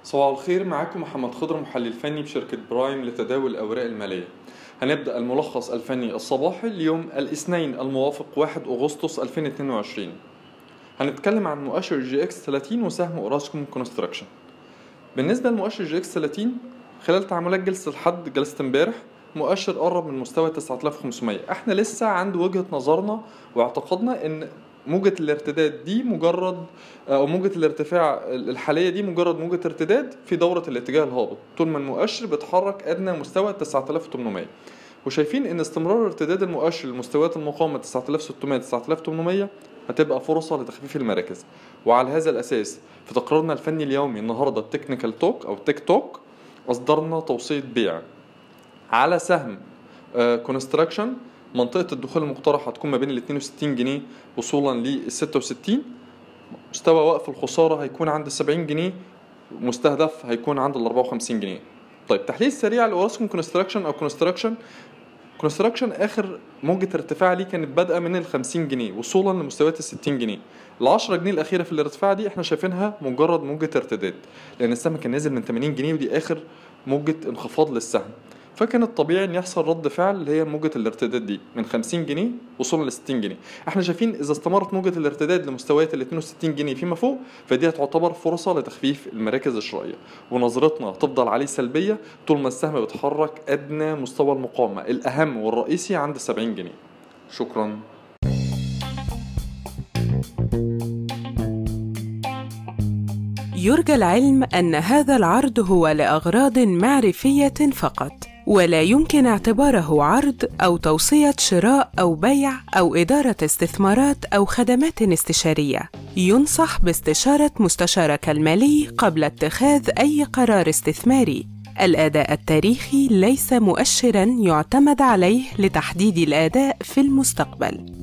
صباح الخير، معاكم محمد خضر، محلل فني بشركة برايم لتداول الأوراق المالية. هنبدأ الملخص الفني الصباحي اليوم الاثنين الموافق 1 أغسطس 2022. هنتكلم عن مؤشر جي اكس 30 وسهم اوراسكوم كونستراكشن. بالنسبة لمؤشر جي اكس 30، خلال تعاملات جلسة الحد جلسة امبارح مؤشر قرب من مستوى 9500. احنا لسه عند وجهة نظرنا واعتقادنا ان موجة الارتداد دي مجرد او موجة الارتفاع الحالية دي مجرد موجة ارتداد في دورة الاتجاه الهابط، طول ما المؤشر بيتحرك ادنى مستوى 9800. وشايفين ان استمرار ارتداد المؤشر لمستويات المقاومة 9600 9800 هتبقى فرصة لتخفيف المراكز. وعلى هذا الاساس في تقريرنا الفني اليومي النهارده التكنيكال توك او تيك توك اصدرنا توصية بيع على سهم كونستراكشن. منطقة الدخول المقترحة هتكون ما بين ال 62 جنيه وصولا لل 66. مستوى وقف الخسارة هيكون عند 70 جنيه، مستهدف هيكون عند ال 54 جنيه. طيب، تحليل سريع لأوراسكوم كونستراكشن أو كونستراكشن آخر موجة ارتفاع ليه كانت بادئة من ال 50 جنيه وصولا لمستويات ال 60 جنيه. ال 10 جنيه الأخيرة في الارتفاع دي احنا شايفينها مجرد موجة ارتداد، لأن السهم كان نازل من 80 جنيه ودي آخر موجة انخفاض للسهم، فكان الطبيعي ان يحصل رد فعل اللي هي موجة الارتداد دي من 50 جنيه وصولا ل 60 جنيه. احنا شايفين اذا استمرت موجة الارتداد لمستويات ال 62 جنيه فيما فوق فدي هتعتبر فرصة لتخفيف المراكز الشرائية، ونظرتنا تفضل عليه سلبية طول ما السهم بيتحرك ادنى مستوى المقاومة الاهم والرئيسي عند 70 جنيه. شكرا. يرجى العلم أن هذا العرض هو لأغراض معرفية فقط، ولا يمكن اعتباره عرض أو توصية شراء أو بيع أو إدارة استثمارات أو خدمات استشارية. ينصح باستشارة مستشارك المالي قبل اتخاذ أي قرار استثماري. الأداء التاريخي ليس مؤشراً يعتمد عليه لتحديد الأداء في المستقبل.